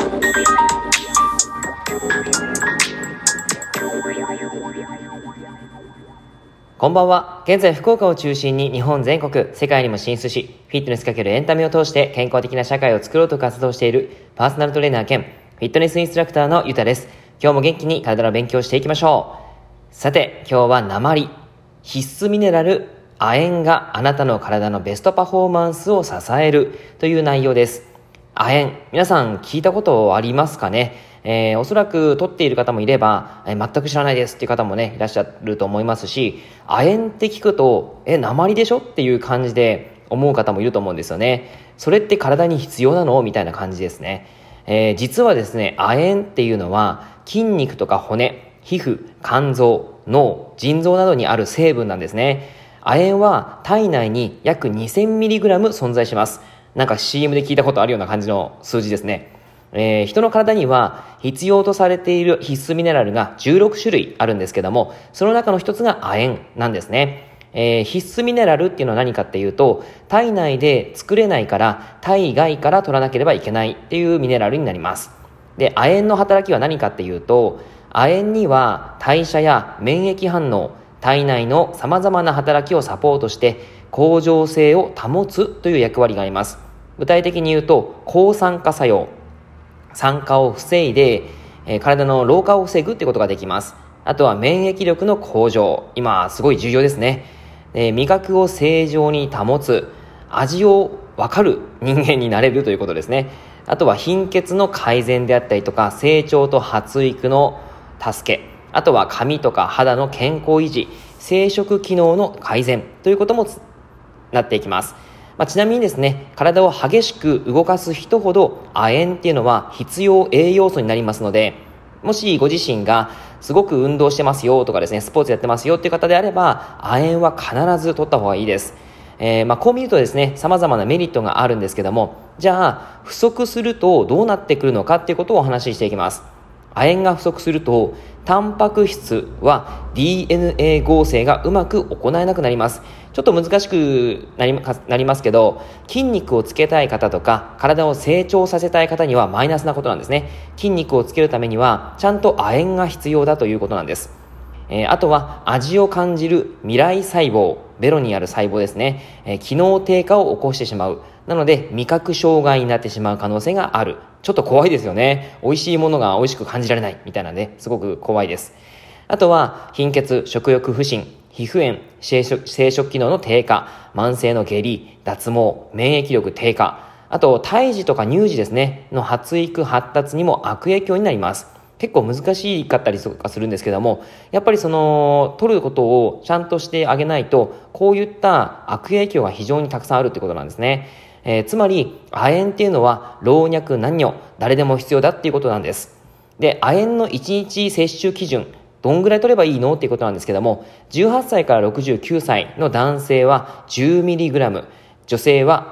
こんばんは。現在福岡を中心に日本全国、世界にも進出し、フィットネス×エンタメを通して健康的な社会を作ろうと活動しているパーソナルトレーナー兼フィットネスインストラクターのゆたです。今日も元気に体の勉強していきましょう。さて、今日は鉛、必須ミネラル、亜鉛があなたの体のベストパフォーマンスを支えるという内容です。亜鉛、皆さん聞いたことありますかね。おそらく取っている方もいれば、全く知らないですっていう方もねいらっしゃると思いますし、亜鉛って聞くと鉛でしょっていう感じで思う方もいると思うんですよね。それって体に必要なのみたいな感じですね。実はですね、亜鉛っていうのは筋肉とか骨、皮膚、肝臓、脳、腎臓などにある成分なんですね。亜鉛は体内に約 2000mg 存在します。なんか CM で聞いたことあるような感じの数字ですね。人の体には必要とされている必須ミネラルが16種類あるんですけども、その中の一つが亜鉛なんですね。必須ミネラルっていうのは何かっていうと、体内で作れないから体外から取らなければいけないっていうミネラルになります。で、亜鉛の働きは何かっていうと、亜鉛には代謝や免疫反応、体内の様々な働きをサポートして恒常性を保つという役割があります。具体的に言うと、抗酸化作用、酸化を防いで、体の老化を防ぐってことができます。あとは免疫力の向上、今すごい重要ですね。味覚を正常に保つ、味を分かる人間になれるということですね。あとは貧血の改善であったりとか、成長と発育の助け、あとは髪とか肌の健康維持、生殖機能の改善ということもなっていきます。ちなみにですね、体を激しく動かす人ほど亜鉛っていうのは必要栄養素になりますので、もしご自身がすごく運動してますよとかですね、スポーツやってますよっていう方であれば、亜鉛は必ず取った方がいいです。こう見るとですね、様々なメリットがあるんですけども、じゃあ不足するとどうなってくるのかっていうことをお話ししていきます。亜鉛が不足すると、タンパク質は DNA 合成がうまく行えなくなります。ちょっと難しくなりますけど、筋肉をつけたい方とか体を成長させたい方にはマイナスなことなんですね。筋肉をつけるためにはちゃんと亜鉛が必要だということなんです。あとは味を感じる味蕾細胞、ベロにある細胞ですね、機能低下を起こしてしまう。なので味覚障害になってしまう可能性がある。ちょっと怖いですよね。美味しいものが美味しく感じられないみたいなね、すごく怖いです。あとは貧血、食欲不振、皮膚炎、生殖機能の低下、慢性の下痢、脱毛、免疫力低下、あと胎児とか乳児ですねの発育発達にも悪影響になります。結構難しかったりとかするんですけども、やっぱり取ることをちゃんとしてあげないと、こういった悪影響が非常にたくさんあるってことなんですね。つまり亜鉛っていうのは老若男女誰でも必要だっていうことなんです。で、亜鉛の1日摂取基準、どんぐらい取ればいいのっていうことなんですけども、18歳から69歳の男性は 10mg、女性は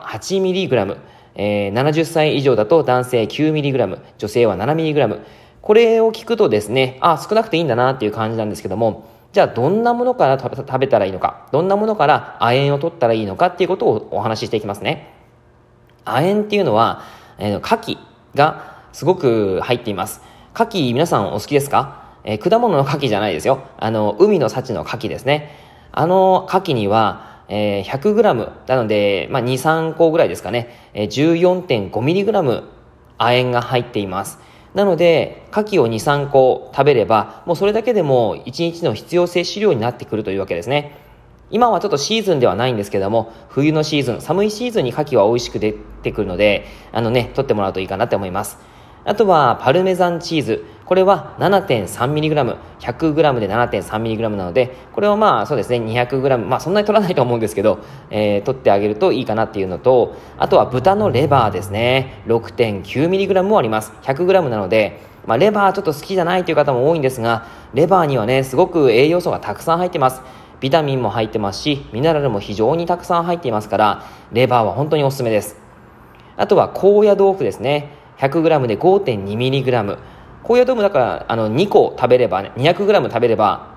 8mg、70歳以上だと男性 9mg、女性は 7mg。これを聞くとですね、少なくていいんだなっていう感じなんですけども、じゃあどんなものから食べたらいいのか、どんなものから亜鉛を取ったらいいのかっていうことをお話ししていきますね。亜鉛っていうのは、牡蠣がすごく入っています。牡蠣皆さんお好きですか？果物の牡蠣じゃないですよ。海の幸の牡蠣ですね。牡蠣には、100g なので、2、3個ぐらいですかね。14.5mg 亜鉛が入っています。なので、牡蠣を2、3個食べれば、もうそれだけでも1日の必要摂取量になってくるというわけですね。今はちょっとシーズンではないんですけども、冬のシーズン、寒いシーズンに牡蠣は美味しく出てくるので、取ってもらうといいかなって思います。あとはパルメザンチーズ、これは 7.3mg、100g で 7.3mg なので、これはそうですね 200g、そんなに取らないと思うんですけど、取ってあげるといいかなっていうのと、あとは豚のレバーですね、 6.9mg もあります。 100g なので、レバーちょっと好きじゃないという方も多いんですが、レバーにはねすごく栄養素がたくさん入っています。ビタミンも入ってますし、ミネラルも非常にたくさん入っていますから、レバーは本当におすすめです。あとは高野豆腐ですね、 100g で 5.2mg。 高野豆腐だから2個食べればね、200g 食べれば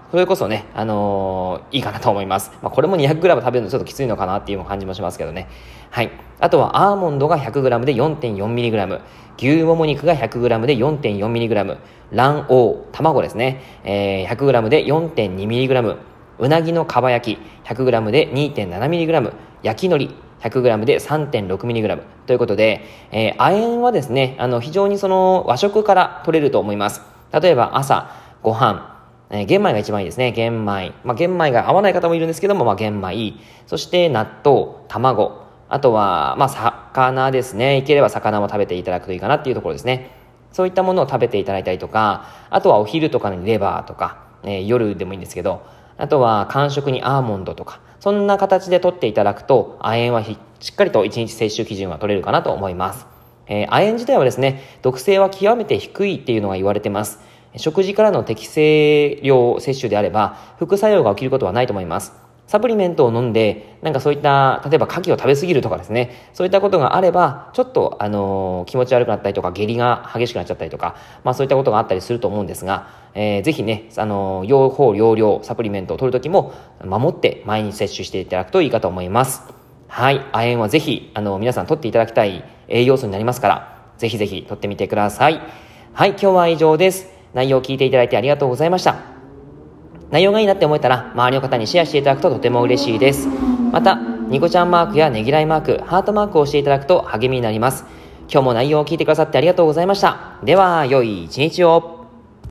それこそね、いいかなと思います。これも 200g 食べるのちょっときついのかなっていう感じもしますけどね。はい。あとはアーモンドが 100g で 4.4mg、牛もも肉が 100g で 4.4mg、卵黄、卵ですね、100g で 4.2mg、うなぎのかば焼き 100g で 2.7mg、焼き海苔 100g で 3.6mg ということで、亜鉛はですね、非常にその和食から取れると思います。例えば朝ご飯、玄米が一番いいですね。玄米。玄米が合わない方もいるんですけども、玄米。そして納豆、卵。あとは、魚ですね。いければ魚も食べていただくといいかなっていうところですね。そういったものを食べていただいたりとか、あとはお昼とかにレバーとか、夜でもいいんですけど、あとは間食にアーモンドとか、そんな形で取っていただくと、亜鉛はしっかりと1日摂取基準は取れるかなと思います。亜鉛自体はですね、毒性は極めて低いっていうのが言われてます。食事からの適正量摂取であれば副作用が起きることはないと思います。サプリメントを飲んでそういった例えば牡蠣を食べ過ぎるとかですね、そういったことがあればちょっと気持ち悪くなったりとか下痢が激しくなっちゃったりとか、そういったことがあったりすると思うんですが、ぜひね用法用量サプリメントを取るときも守って毎日摂取していただくといいかと思います。はい、亜鉛はぜひ皆さん取っていただきたい栄養素になりますから、ぜひぜひ取ってみてください。はい、今日は以上です。内容を聞いていただいてありがとうございました。内容がいいなって思えたら周りの方にシェアしていただくととても嬉しいです。またニコちゃんマークやねぎらいマーク、ハートマークを押していただくと励みになります。今日も内容を聞いてくださってありがとうございました。では良い一日を。